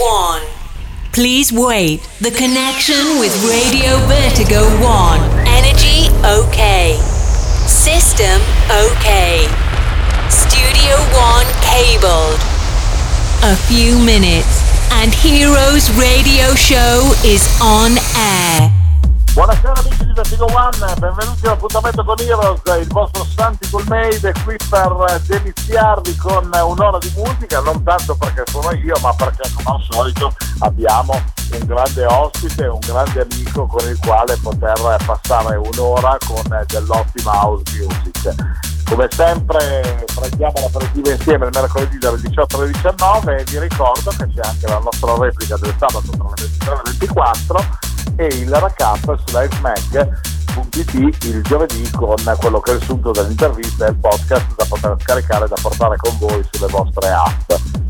1. Please wait. The connection with Radio Vertigo 1. Energy okay. System okay. Studio 1 cabled. A few minutes and Heroes Radio Show is on air. Buonasera amici di Vertigo One, benvenuti all'appuntamento con Heroes, il vostro Santi Colmeide qui per deliziarvi con un'ora di musica, non tanto perché sono io, ma perché come al solito abbiamo un grande ospite, un grande amico con il quale poter passare un'ora con dell'ottima house music. Come sempre prendiamo l'aperitivo insieme il mercoledì dalle 18 alle 19 e vi ricordo che c'è anche la nostra replica del sabato tra le 23 e le 24 e il recap su livemag.it il giovedì con quello che è il sunto dell'intervista e il podcast da poter scaricare e da portare con voi sulle vostre app.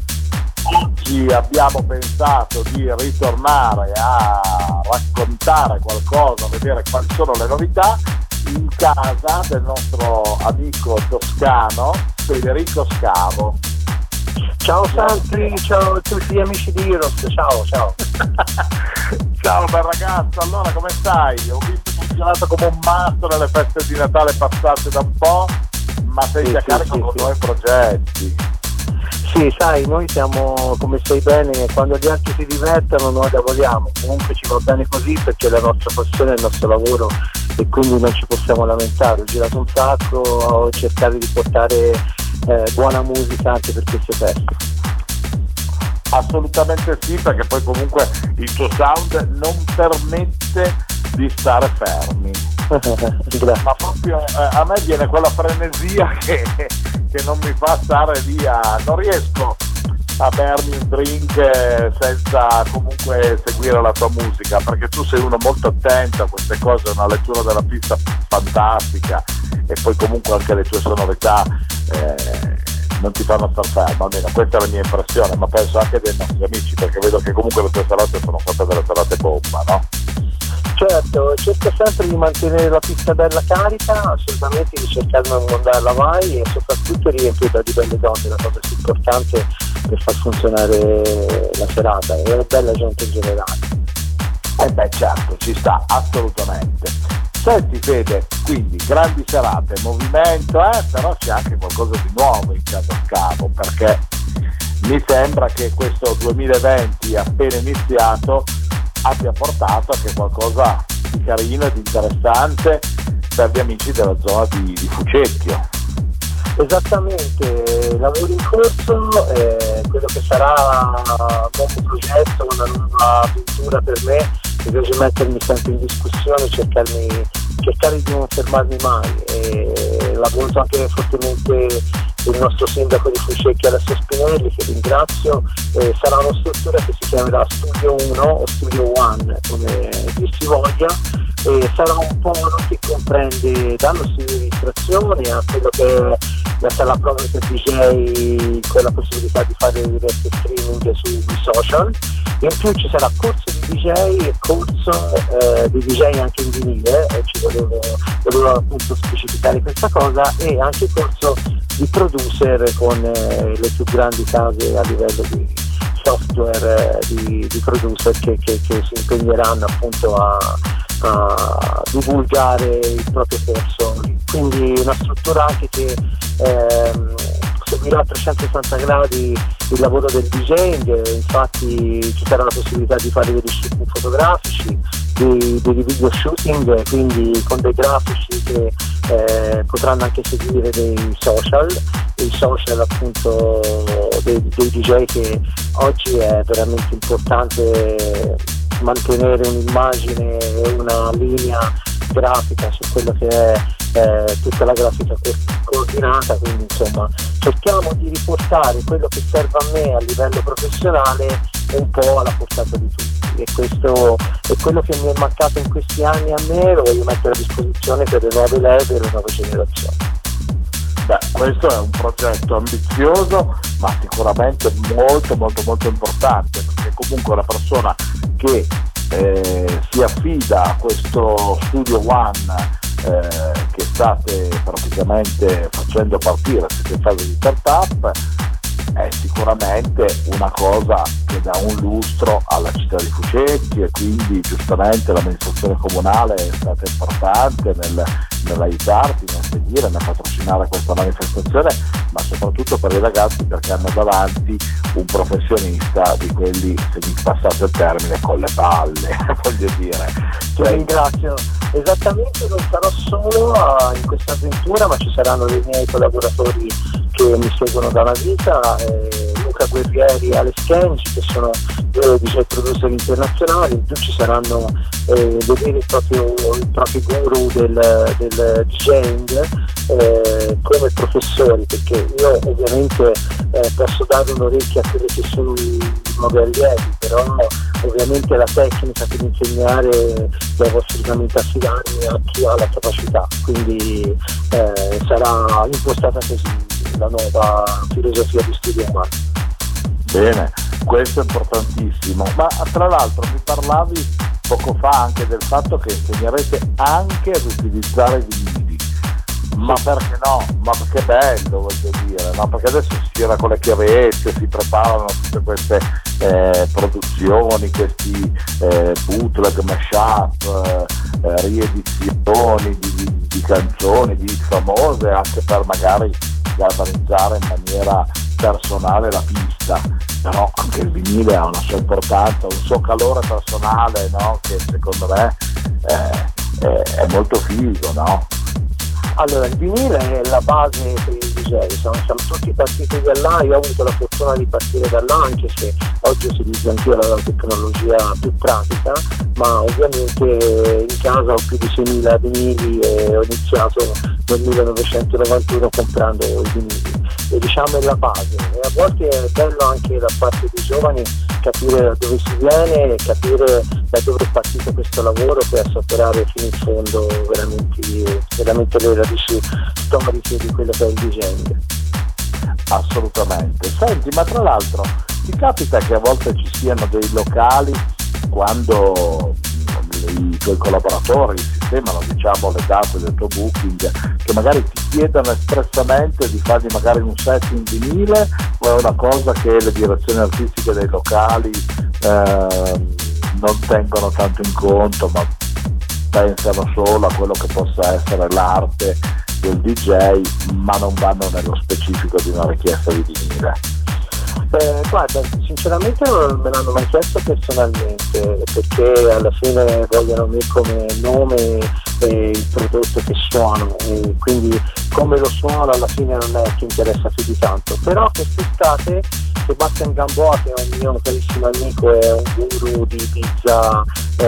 Oggi abbiamo pensato di ritornare a raccontare qualcosa, a vedere quali sono le novità in casa del nostro amico toscano Federico Scavo. Ciao Santi, ciao a tutti gli amici di Heroes, ciao. Ciao bel ragazzo, allora come stai? Ho visto che hai girato come un matto nelle feste di Natale passate da un po', ma sei a carico con nuovi progetti. Sì, sai, noi siamo, come sai bene, quando gli altri si divertono noi lavoriamo, comunque ci va bene così perché la nostra passione è il nostro lavoro e quindi non ci possiamo lamentare. Ho girato un sacco, ho cercato di portare buona musica anche per queste feste. Assolutamente sì, perché poi comunque il tuo sound non permette di stare fermi. Ma proprio a me viene quella frenesia che non mi fa stare via, non riesco a bermi un drink senza comunque seguire la tua musica, perché tu sei uno molto attento a queste cose, una lettura della pista fantastica e poi comunque anche le tue sonorità non ti fanno star fermo, almeno questa è la mia impressione, ma penso anche dei nostri amici, perché vedo che comunque le tue serate sono state delle serate bomba, no? Certo, cerco sempre di mantenere la pista bella carica, assolutamente di cercare di non mandarla mai e soprattutto riempirla di belle donne, la cosa più importante per far funzionare la serata e la bella gente in generale. Beh certo, ci sta, assolutamente. Senti Fede, quindi grandi serate, movimento, però c'è anche qualcosa di nuovo in casa Scavo, perché mi sembra che questo 2020 appena iniziato abbia portato a che qualcosa di carino e di interessante per gli amici della zona di Fucecchio. Esattamente, lavoro in corso, quello che sarà un nuovo progetto, una nuova avventura per me, mi piace mettermi sempre in discussione, cercare di non fermarmi mai. Lavoro anche fortemente il nostro sindaco di Fucecchio Alessio Spinelli, che ringrazio. Sarà una struttura che si chiamerà Studio 1 o Studio 1 come dir si voglia, e sarà un po' che comprende dallo studio di istruzione a quello che è la sala prova per DJ con la possibilità di fare diversi streaming sui social. In più ci sarà corso di DJ e corso di DJ anche in vinile, ci volevo appunto specificare questa cosa, e anche corso di producer con le più grandi case a livello di software di producer che si impegneranno appunto a divulgare il proprio corso. Quindi una struttura anche che seguirà a 360 gradi il lavoro del DJing, infatti ci sarà la possibilità di fare degli shooting fotografici, dei video shooting, quindi con dei grafici che potranno anche seguire dei social appunto dei DJ, che oggi è veramente importante mantenere un'immagine e una linea grafica su quello che è tutta la grafica coordinata, quindi insomma cerchiamo di riportare quello che serve a me a livello professionale un po' alla portata di tutti, e questo è quello che mi è mancato in questi anni a me, lo voglio mettere a disposizione per le nuove leve e le nuove generazioni. Beh, questo è un progetto ambizioso ma sicuramente molto molto molto importante, perché comunque la persona che si affida a questo Studio One che state praticamente facendo partire, siete in fase di startup, è sicuramente una cosa che dà un lustro alla città di Fucecchi, e quindi giustamente l'amministrazione comunale è stata importante nell'aiutarti, nel seguire, nel patrocinare questa manifestazione, ma soprattutto per i ragazzi, perché hanno davanti un professionista di quelli, se mi passate il termine, con le palle, voglio dire. Ti ringrazio. Esattamente, non sarò solo in questa avventura, ma ci saranno dei miei collaboratori che mi seguono da una vita, Luca Guerrieri e Alex Kenji, che sono due DJ producer internazionali. In più ci saranno dei veri e propri guru del DJing come professori, perché io ovviamente posso dare un'orecchia a quelli che sono i nuovi allievi, però ovviamente la tecnica per insegnare devo assolutamente affidarmi a chi ha la capacità, quindi sarà impostata così la nuova filosofia di studio umano. Bene, questo è importantissimo, ma tra l'altro mi parlavi poco fa anche del fatto che insegnerete anche ad utilizzare i vinili, ma perché no? Ma che bello, voglio dire, no? Perché adesso si tira con le chiavette, si preparano tutte queste produzioni, questi bootleg, mashup, riedizioni di canzoni, di famose, anche per magari galvanizzare in maniera personale la pista, però anche il vinile ha una sua importanza, un suo calore personale, no? Che secondo me è molto figo, no? Allora, il vinile è la base per il DJ, siamo tutti partiti da là. Io ho avuto la fortuna di partire da là, anche se oggi utilizzo anch'io la tecnologia più pratica, ma ovviamente in casa ho più di 6.000 vinili e ho iniziato nel 1991 comprando i vinili, e diciamo è la base, e a volte è bello anche da parte dei giovani capire da dove si viene e capire da dove è partito questo lavoro per sotterrare fino in fondo veramente le radici storiche di quello che è il DJing. Assolutamente. Senti, ma tra l'altro ti capita che a volte ci siano dei locali quando i tuoi collaboratori sistemano, diciamo, le date del tuo booking, che magari ti chiedono espressamente di fargli magari un set in vinile, o è una cosa che le direzioni artistiche dei locali non tengono tanto in conto, ma pensano solo a quello che possa essere l'arte del DJ, ma non vanno nello specifico di una richiesta di vinile? Guarda, sinceramente non me l'hanno mai chiesto personalmente, perché alla fine vogliono me come nome e il prodotto che suono, e quindi come lo suono alla fine non è che interessa più di tanto. Però quest'estate Sebastian Gamboa, che è un mio carissimo amico, è un guru di pizza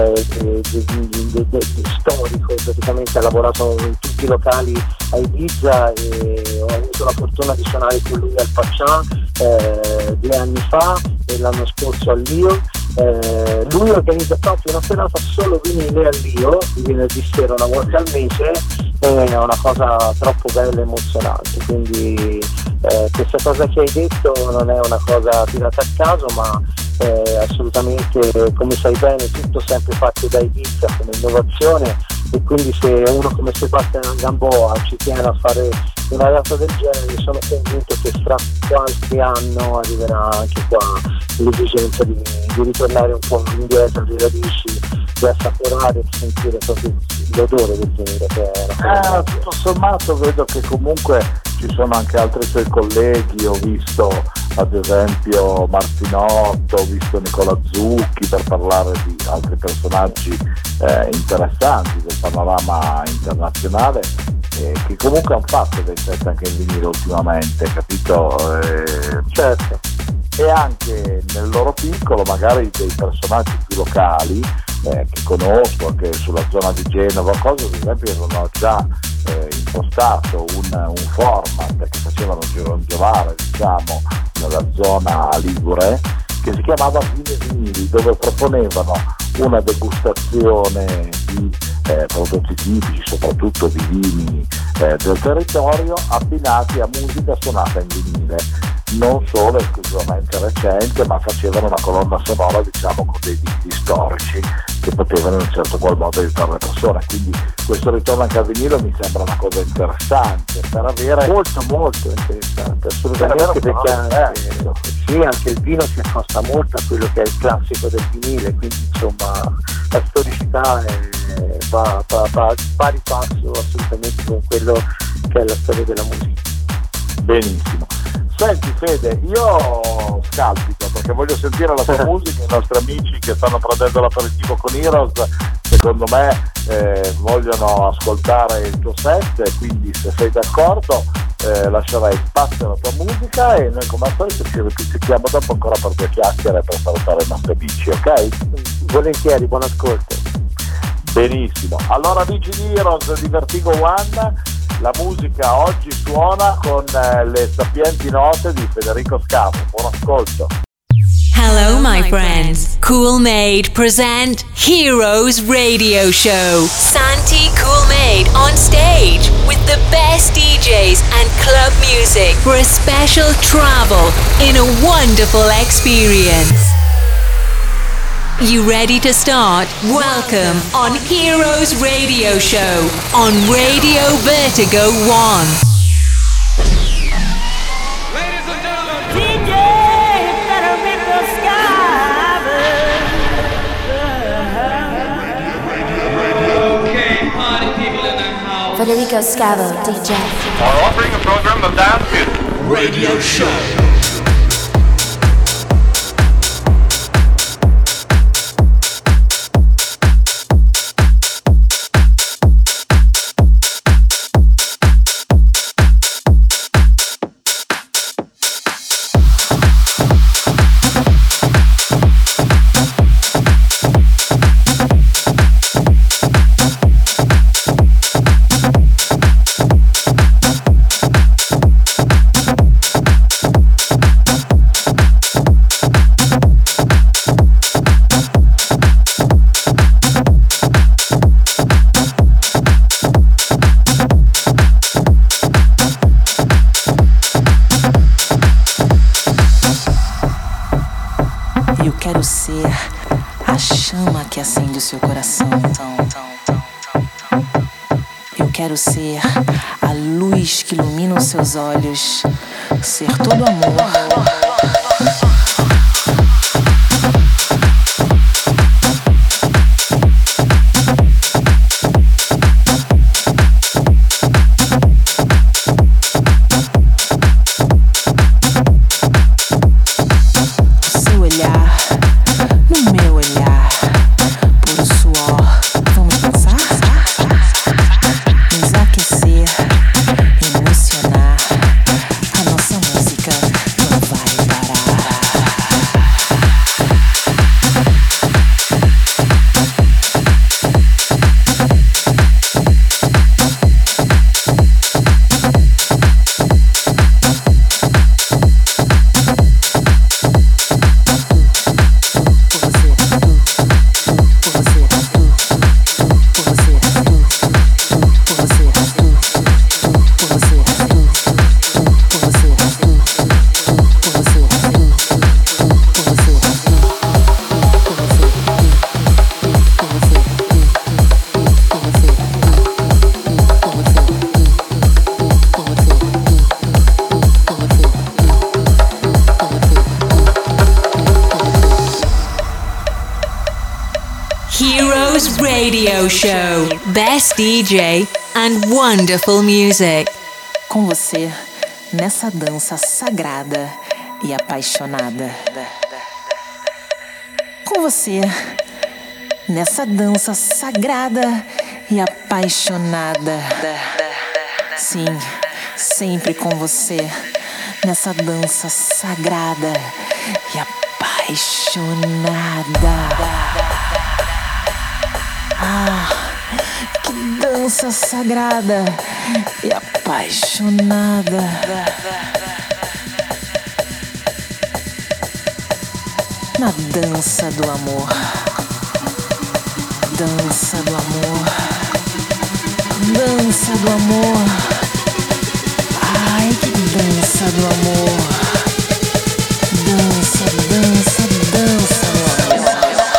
storico, praticamente ha lavorato in tutti i locali a Ibiza, e ho avuto la fortuna di suonare con lui al Paccian 2 anni fa, e l'anno scorso al Lio. Lui organizza proprio una serata solo vinile al Lio, il venerdì sera una volta al mese, è una cosa troppo bella e emozionante, quindi questa cosa che hai detto non è una cosa tirata a caso, ma assolutamente, come sai bene, tutto sempre fatto dai Ibiza come innovazione, e quindi se uno come Sebastian Gamboa ci tiene a fare una data del genere, sono convinto che fra qualche anno arriverà anche qua l'esigenza di ritornare un po' indietro alle radici, di assaporare e sentire proprio l'odore del vinile, che è una cosa tutto sommato vedo che comunque ci sono anche altri suoi colleghi, ho visto ad esempio Martinotto, ho visto Nicola Zucchi, per parlare di altri personaggi interessanti del panorama internazionale, che comunque hanno fatto dei set anche in vinile ultimamente, capito? certo. E anche nel loro piccolo magari dei personaggi più locali che conosco anche sulla zona di Genova, cose ad esempio che non ho già impostato un format che facevano girovare, diciamo, nella zona ligure, che si chiamava Vine Vinili, dove proponevano una degustazione di prodotti tipici, soprattutto di vini del territorio, abbinati a musica suonata in vinile, non solo esclusivamente recente, ma facevano una colonna sonora, diciamo, con dei dischi storici che potevano in un certo qual modo aiutare le persone. Quindi questo ritorno anche al vinile mi sembra una cosa interessante per avere molto interessante, assolutamente, perché sì, anche il vino si accosta molto a quello che è il classico del vinile, quindi insomma la storicità va a pari passo assolutamente con quello che è la storia della musica. Benissimo. Senti Fede, io scalpito perché voglio sentire la tua musica. I nostri amici che stanno prendendo l'aperitivo con Heroes secondo me vogliono ascoltare il tuo set, quindi se sei d'accordo lascerai spazio alla tua musica e noi come al solito ci ripetiamo dopo ancora per 2 chiacchiere per salutare i nostri amici, ok? Volentieri, buon ascolto. Benissimo, allora amici di Heroes di Vertigo One, la musica oggi suona con le sapienti note di Federico Scavo. Buon ascolto. Hello, my friends. Cool Made present Heroes Radio Show. Santi Cool Made on stage with the best DJs and club music for a special travel in a wonderful experience. You ready to start? Welcome on Heroes Radio Show on Radio Vertigo One. Ladies and gentlemen, DJ Federico Scavo. okay, party people in the house. Federico Scavo, DJ. Are offering a program of dance music. Radio Show. Quero ser a chama que acende o seu coração. Eu quero ser a luz que ilumina os seus olhos. Ser todo amor. Radio Show, best DJ and wonderful music. Com você, nessa dança sagrada e apaixonada. Com você, nessa dança sagrada e apaixonada. Sim, sempre com você, nessa dança sagrada e apaixonada. Ah, que dança sagrada e apaixonada. Na dança do amor. Dança do amor. dança do amor. Ai, que dança do amor. Dança, dança, dança, meu amor.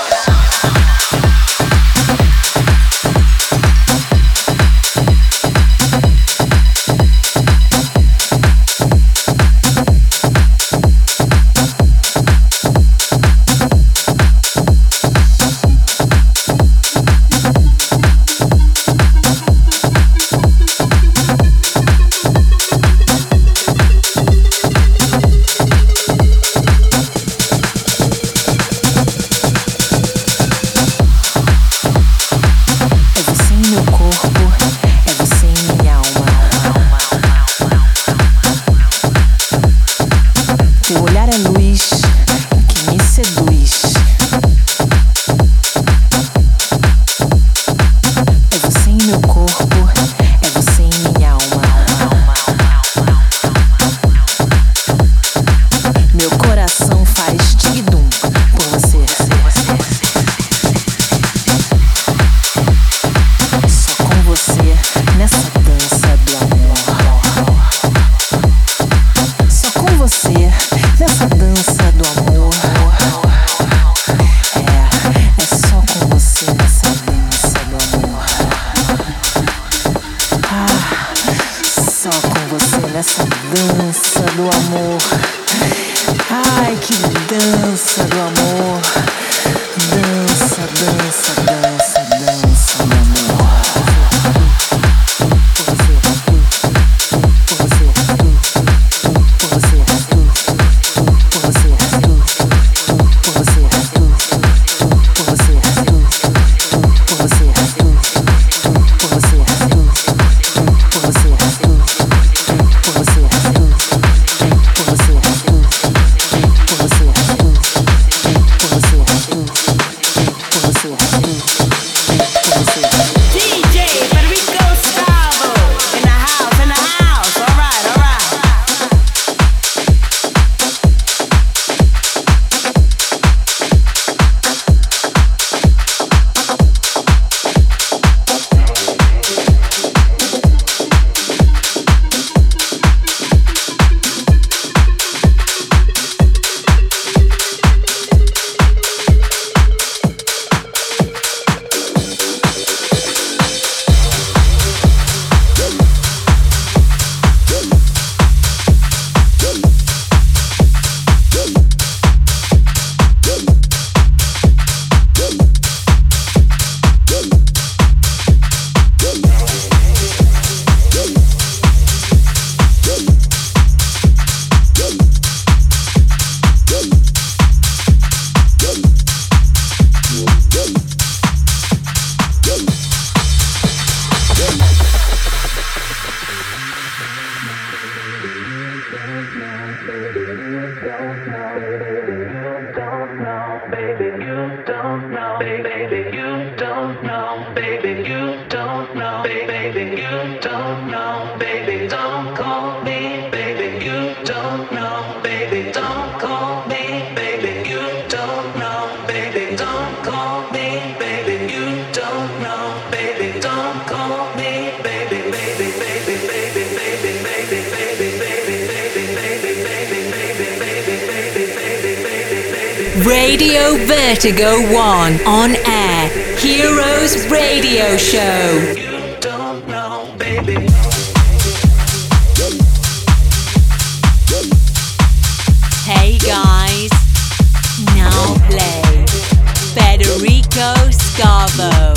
Radio Vertigo 1 on air. Heroes Radio Show. You don't know, baby. Hey guys, now play Federico Scavo.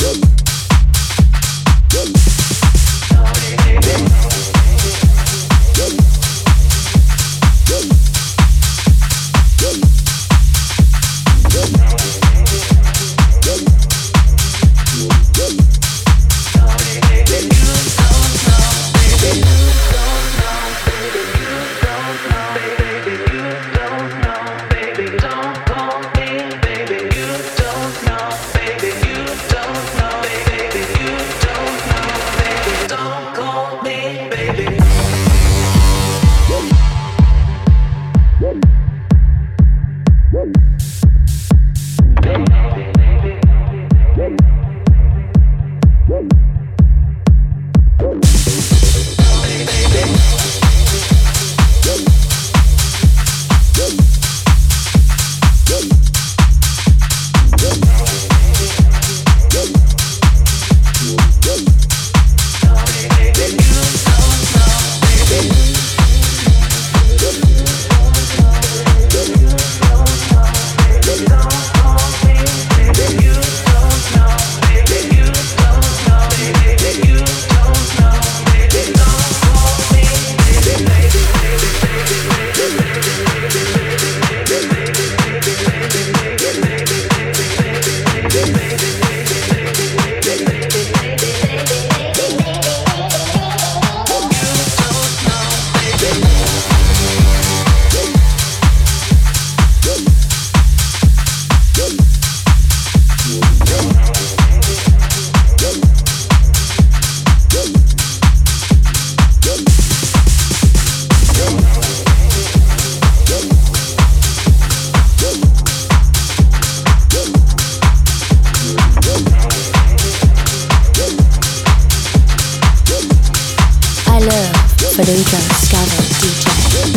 Federico Scavo DJ.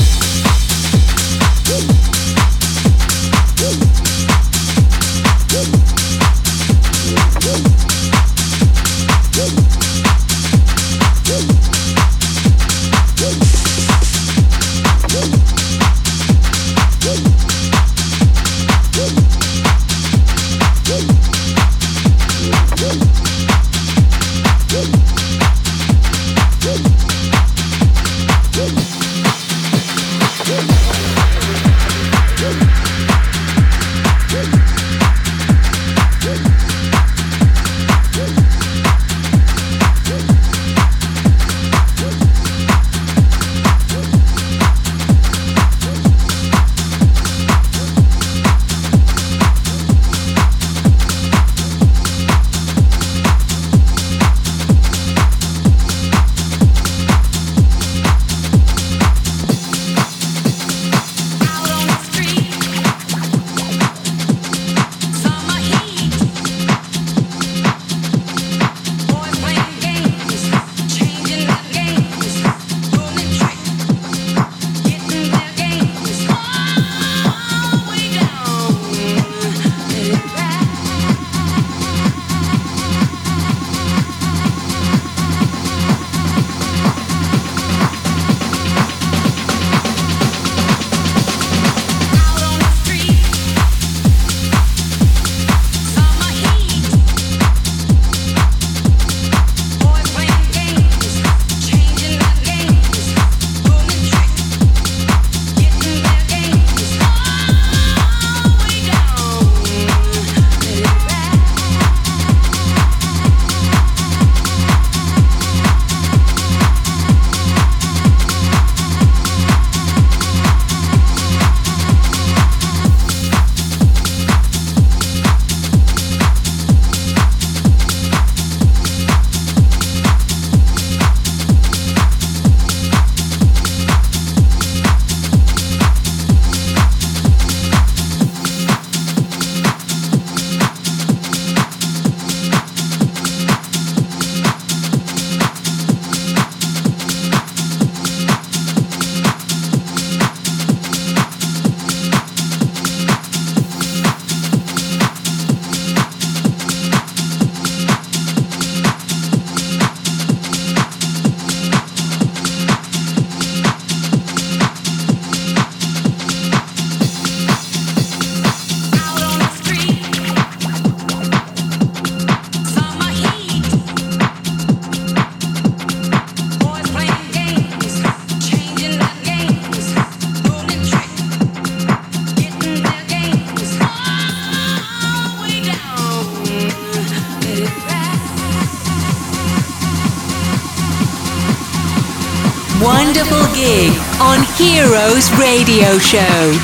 Wonderful gig on Heroes Radio Show.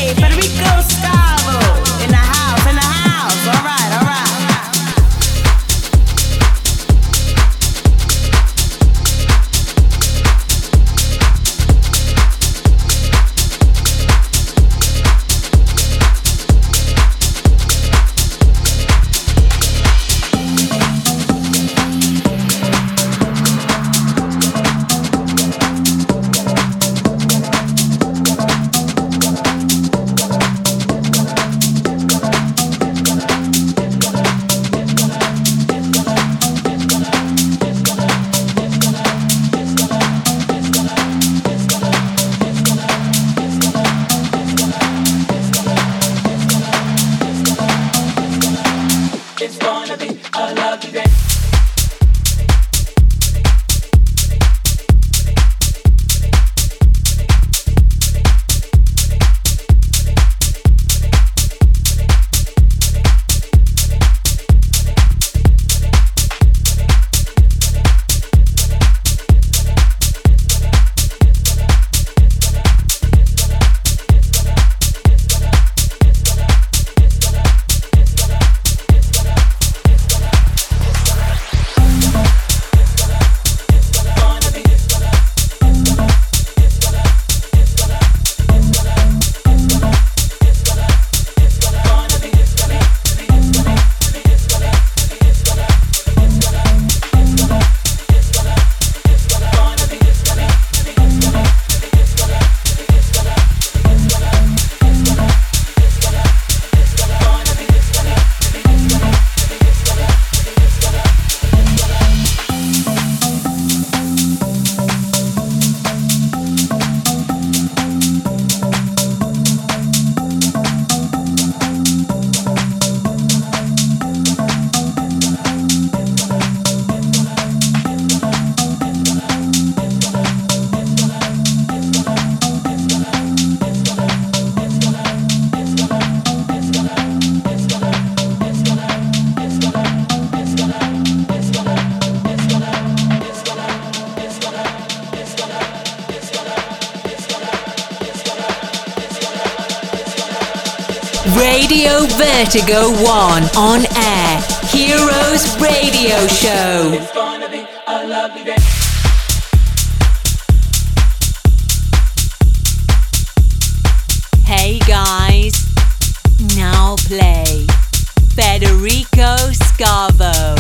Radio Vertigo 1 on air. Heroes Radio Show. It's gonna be a lovely day. Hey guys, now play Federico Scavo.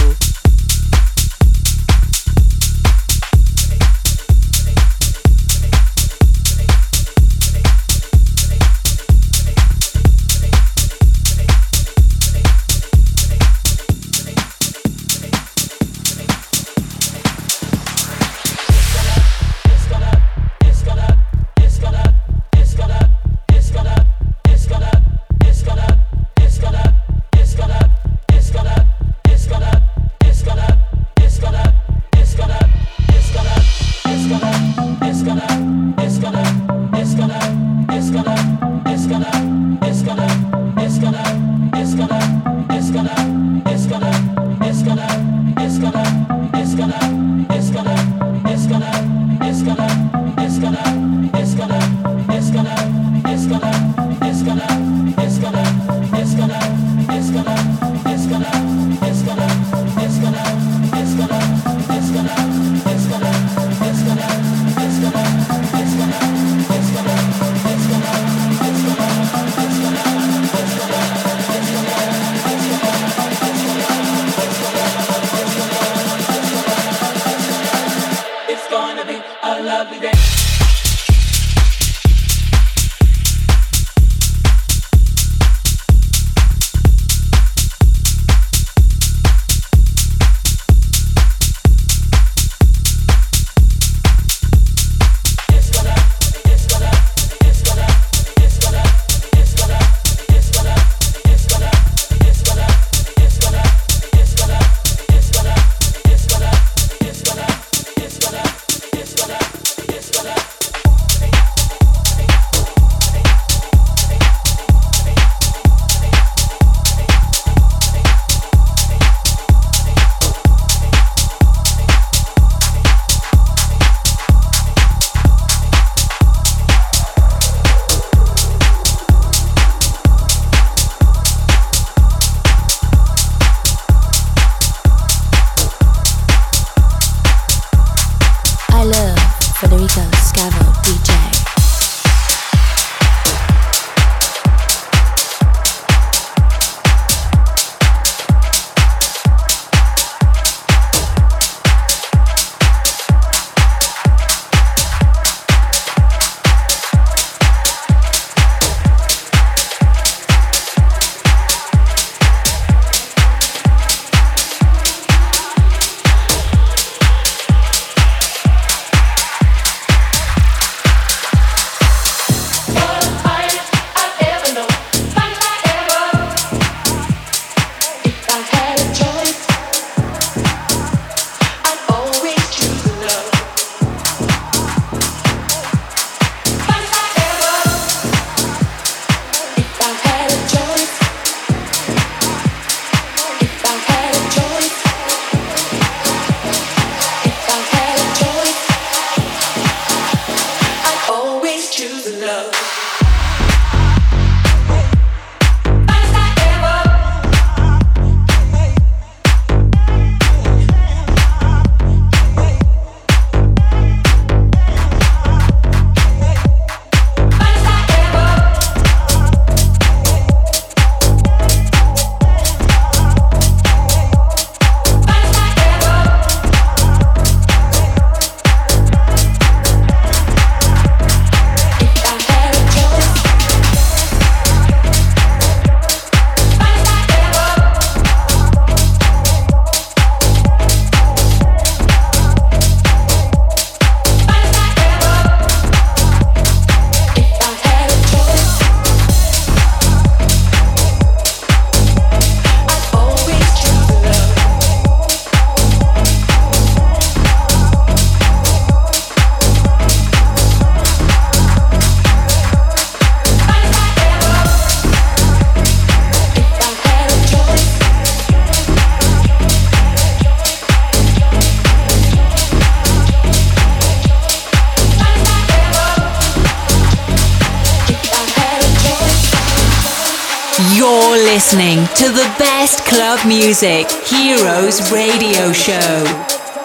You're listening to the best club music, Heroes Radio Show.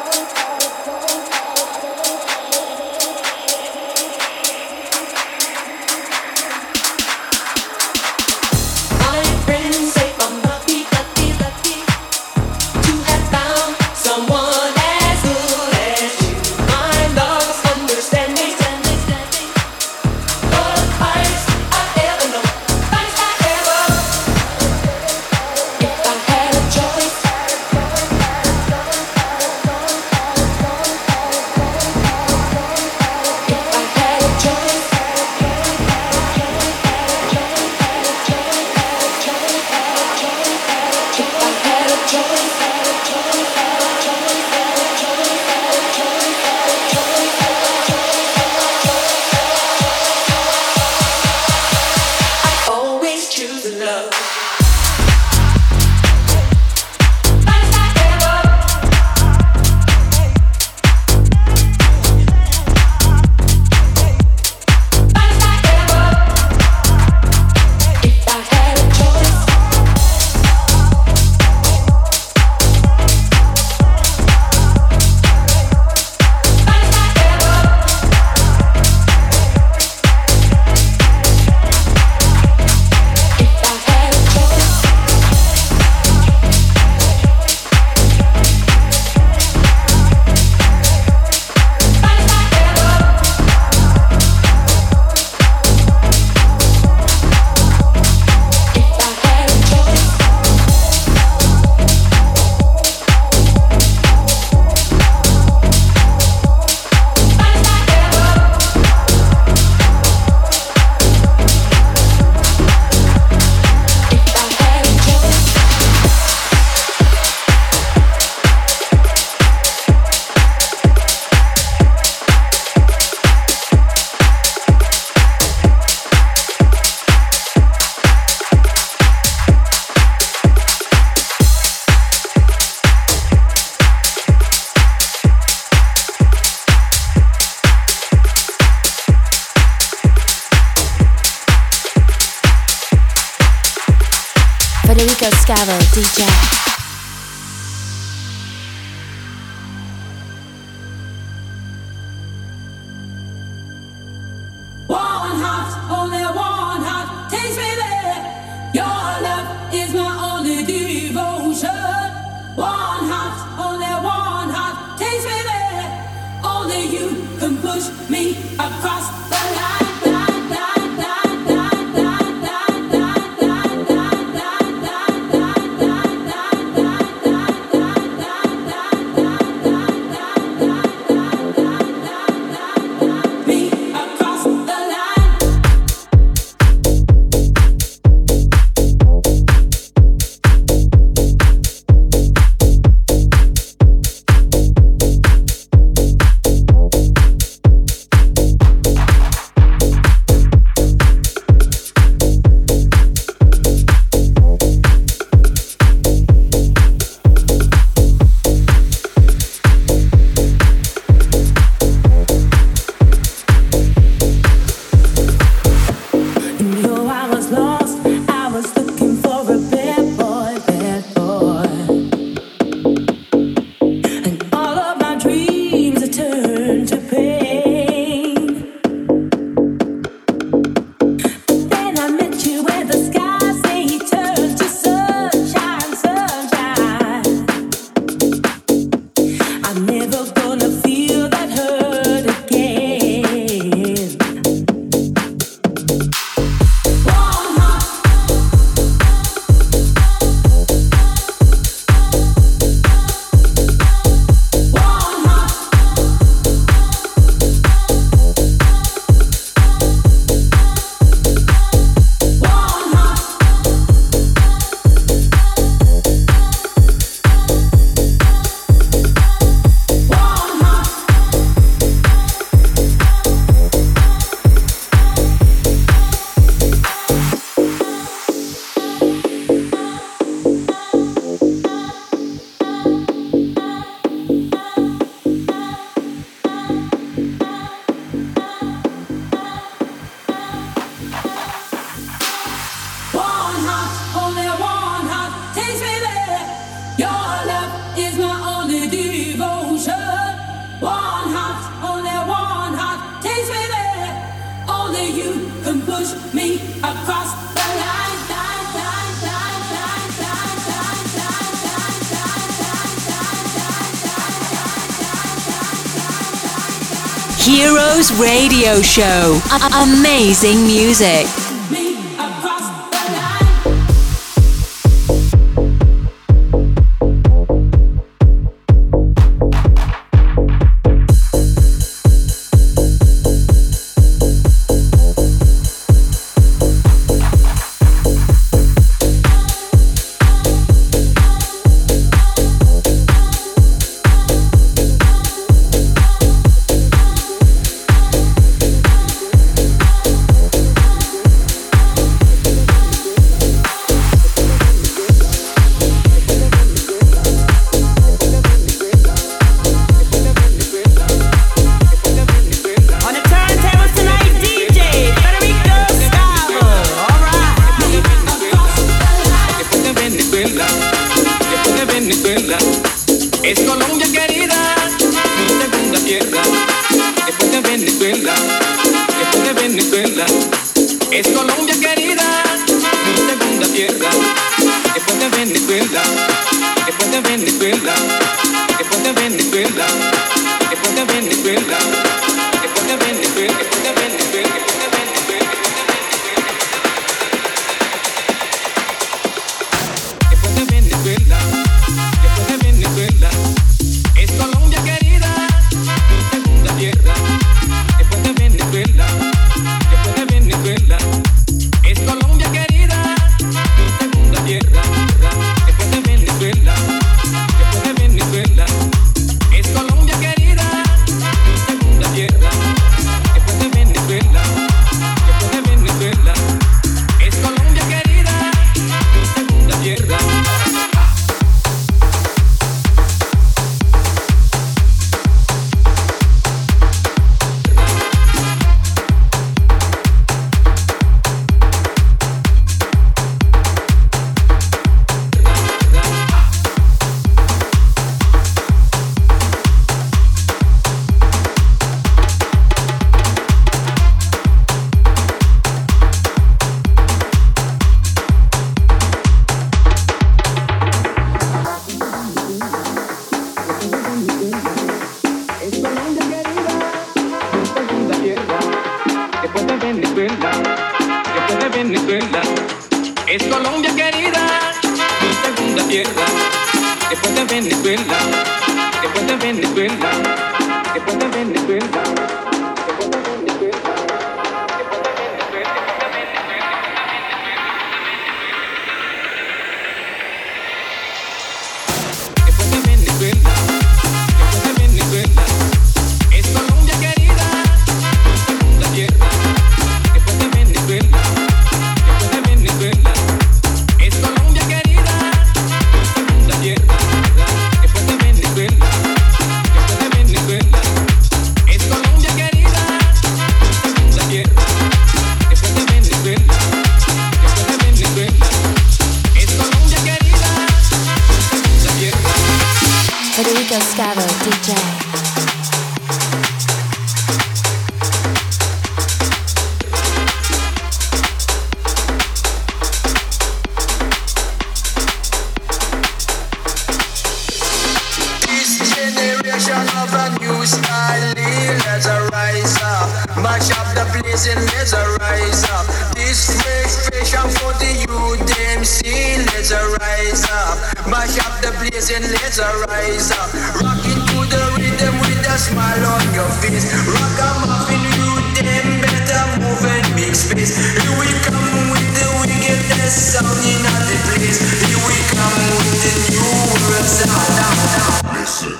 Federico Scavo, DJ. Heroes Radio Show. Amazing music. Federico Scavo, DJ. Mash up the place and let's rise up. This fashion for the youth, them see, let's rise up. Mash up the place and let's rise up. Rocking to the rhythm with a smile on your face. Rock 'em up in youth, them better move and make space. Here we come with the wickedest sound in the place. Here we come with the new world sound. Listen.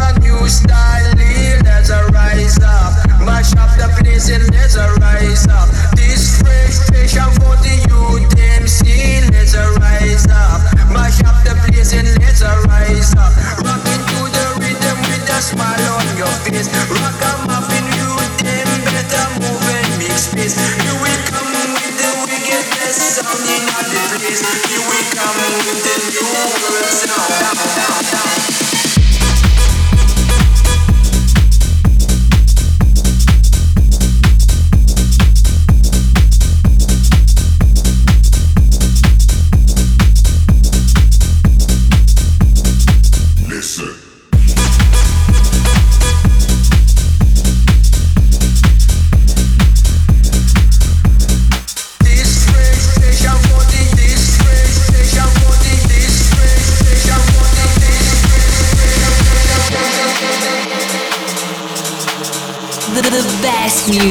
Let's rise up.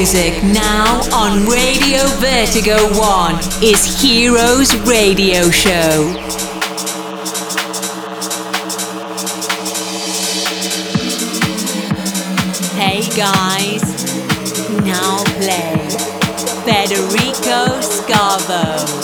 music now on Radio Vertigo 1 is Heroes Radio Show. Hey guys, now play Federico Scavo.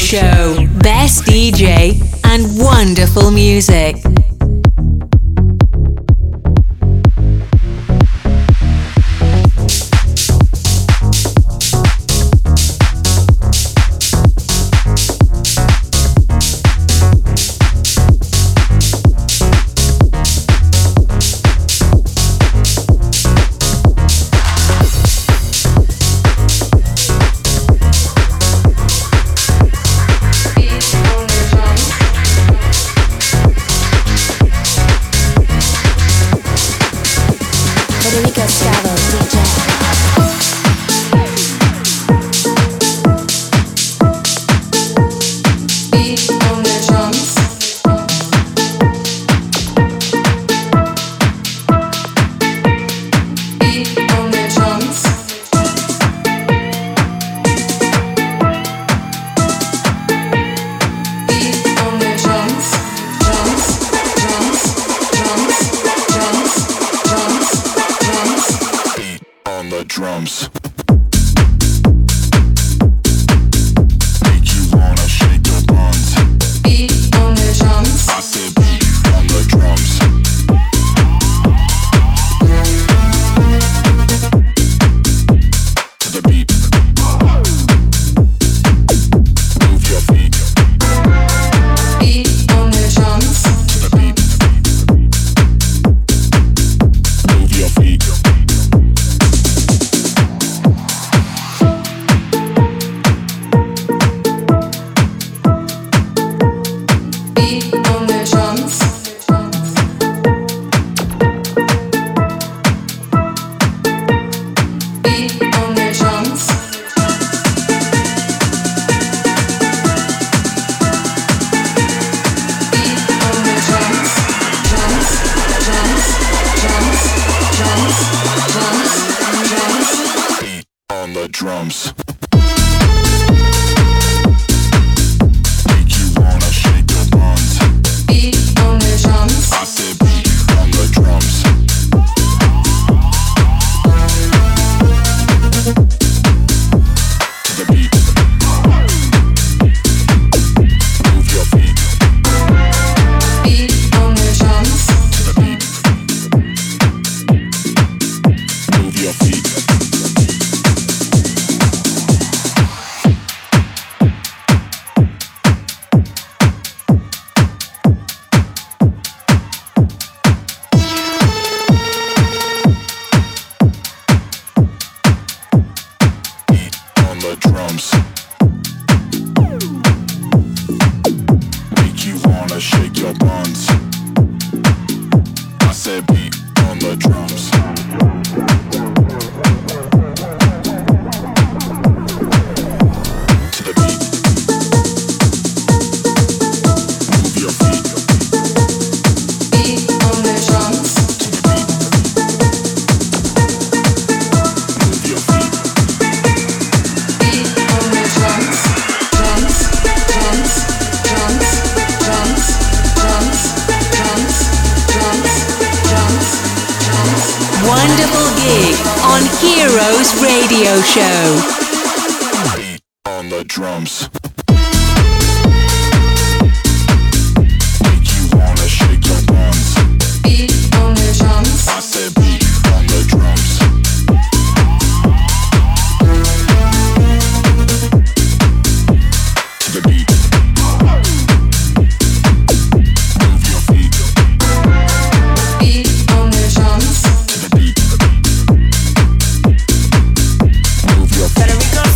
Show. Best DJ and wonderful music. Wonderful gig on Heroes Radio Show. Beat on the drums. Make you wanna shake your buns. Beat on the drums. I said beat on the drums. To the beat. Move your feet. Beat on the drums. To the beat. Move your feet.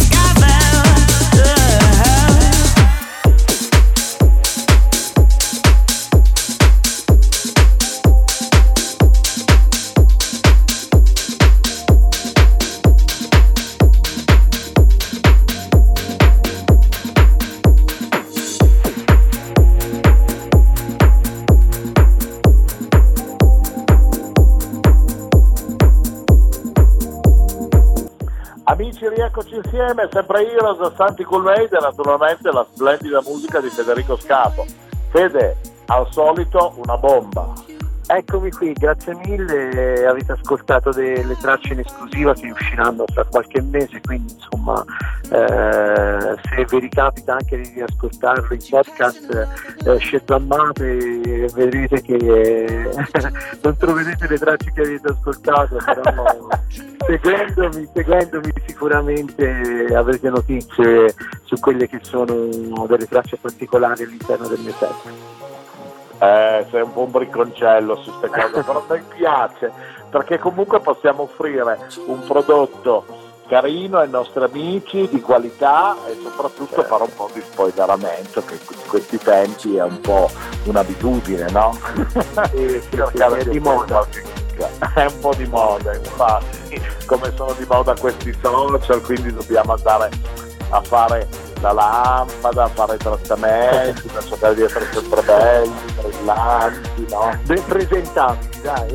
Amici, rieccoci insieme, sempre Heroes, Santi Cool Made e naturalmente la splendida musica di Federico Scato. Fede, al solito una bomba. Eccomi qui, grazie mille, avete ascoltato delle tracce in esclusiva che usciranno tra qualche mese, quindi insomma se vi ricapita anche di ascoltarlo in podcast, scegliamate, vedrete che non troverete le tracce che avete ascoltato, però seguendomi sicuramente avrete notizie su quelle che sono delle tracce particolari all'interno del mio set. Sei un po' un bricconcello su queste cose, però mi piace, perché comunque possiamo offrire un prodotto carino ai nostri amici, di qualità, e soprattutto fare un po' di spoileramento, che in questi tempi è un po' un'abitudine, no? È di moda. È un po' di moda, infatti, come sono di moda questi social, quindi dobbiamo andare a fare la lampada, a fare i trattamenti, per cercare di essere sempre belli, brillanti, no? Ben presentabili, dai.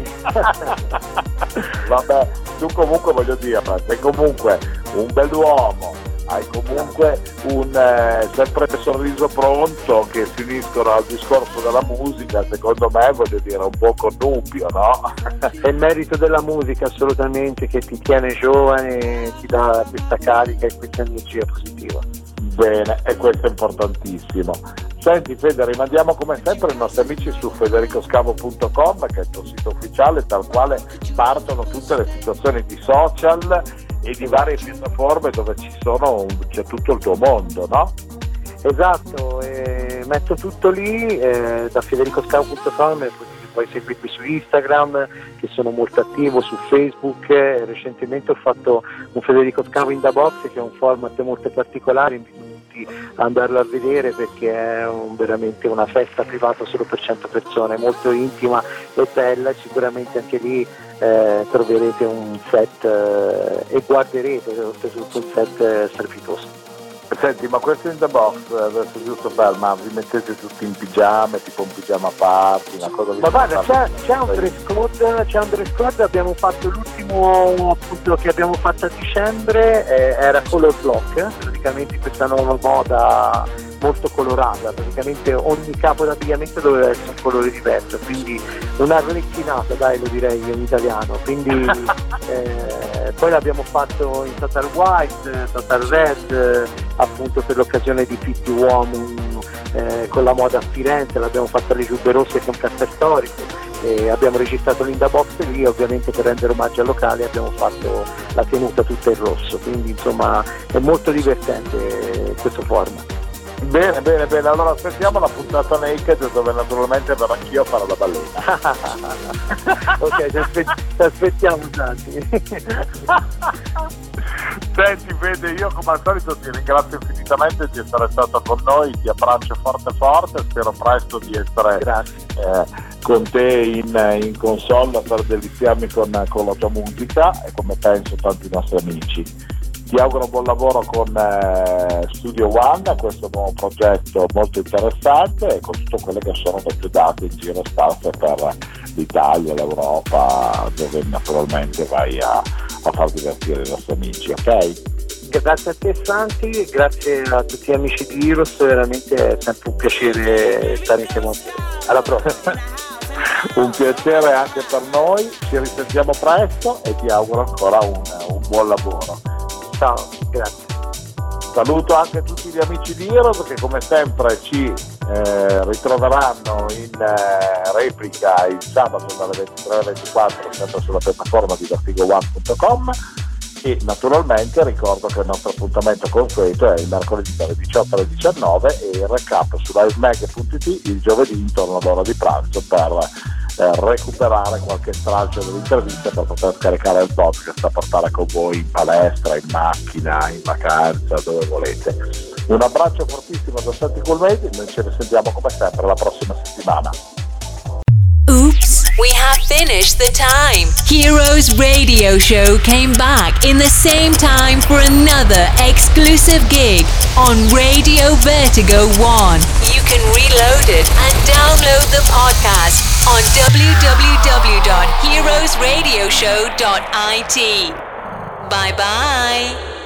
Vabbè, tu comunque voglio dire, sei comunque un bell'uomo, hai comunque un sempre sorriso pronto, che si uniscono al discorso della musica, secondo me, voglio dire, un po' connubio, no? È il merito della musica assolutamente, che ti tiene giovane, ti dà questa carica e questa energia positiva. Bene, e questo è importantissimo. Senti Fede, rimandiamo come sempre i nostri amici su federicoscavo.com, che è il tuo sito ufficiale, dal quale partono tutte le situazioni di social e di varie piattaforme dove c'è tutto il tuo mondo, no? Esatto, metto tutto lì, da federicoscavo.com, poi seguirmi su Instagram, che sono molto attivo, su Facebook. Recentemente ho fatto un Federico Scavo in the Box, che è un format molto particolare, invito tutti ad andarlo a vedere, perché è veramente una festa privata solo per 100 persone, molto intima e bella, e sicuramente anche lì troverete un set e guarderete oltretutto un set strepitoso. Senti, ma questo in the box, adesso giusto ma vi mettete tutti in pigiama, tipo un pigiama party, una cosa di... Ma guarda, c'è un dress code, abbiamo fatto l'ultimo appunto che abbiamo fatto a dicembre, era Color Block, praticamente questa nuova moda molto colorata, praticamente ogni capo d'abbigliamento doveva essere un colore diverso, quindi un'arlecchinata, dai, lo direi in italiano, quindi poi l'abbiamo fatto in Total White, Total Red, appunto per l'occasione di Pitti Uomo, con la moda a Firenze, l'abbiamo fatta alle Giubbe Rosse con Caffè Storico, e abbiamo registrato l'Inda Box lì, ovviamente per rendere omaggio al locale abbiamo fatto la tenuta tutta in rosso, quindi insomma è molto divertente questo format. Bene, allora aspettiamo la puntata Naked, dove naturalmente verrò anch'io a fare la balena. Ok, ti aspettiamo tanti. Senti Fede, io come al solito ti ringrazio infinitamente di essere stato con noi, ti abbraccio forte, spero presto di essere con te in console per deliziarmi con la tua musica, e come penso tanti nostri amici. Ti auguro buon lavoro con Studio One, questo nuovo progetto molto interessante, e con tutte quelle che sono le tue date in giro state per l'Italia, l'Europa, dove naturalmente vai a far divertire i nostri amici, ok? Grazie a te Santi, grazie a tutti gli amici di Heroes, veramente è sempre un piacere stare insieme a te. Alla prossima. Un piacere anche per noi, ci risentiamo presto e ti auguro ancora un buon lavoro. Ciao, grazie. Saluto anche tutti gli amici di Heroes, che come sempre ci ritroveranno in replica il sabato dalle 23 alle 24, sempre sulla piattaforma di vertigoone.com, e naturalmente ricordo che il nostro appuntamento consueto è il mercoledì dalle 18 alle 19 e il recap su livemag.it il giovedì intorno all'ora di pranzo, per recuperare qualche stralcio dell'intervista, per poter scaricare il podcast a portare con voi in palestra, in macchina, in vacanza, dove volete. Un abbraccio fortissimo da Santi Cool Made, noi ci risentiamo come sempre la prossima settimana. Oops, we have finished the time. Heroes Radio Show came back in the same time for another exclusive gig on Radio Vertigo 1. You can reload it and download the podcast on www.heroesradioshow.it. Bye bye.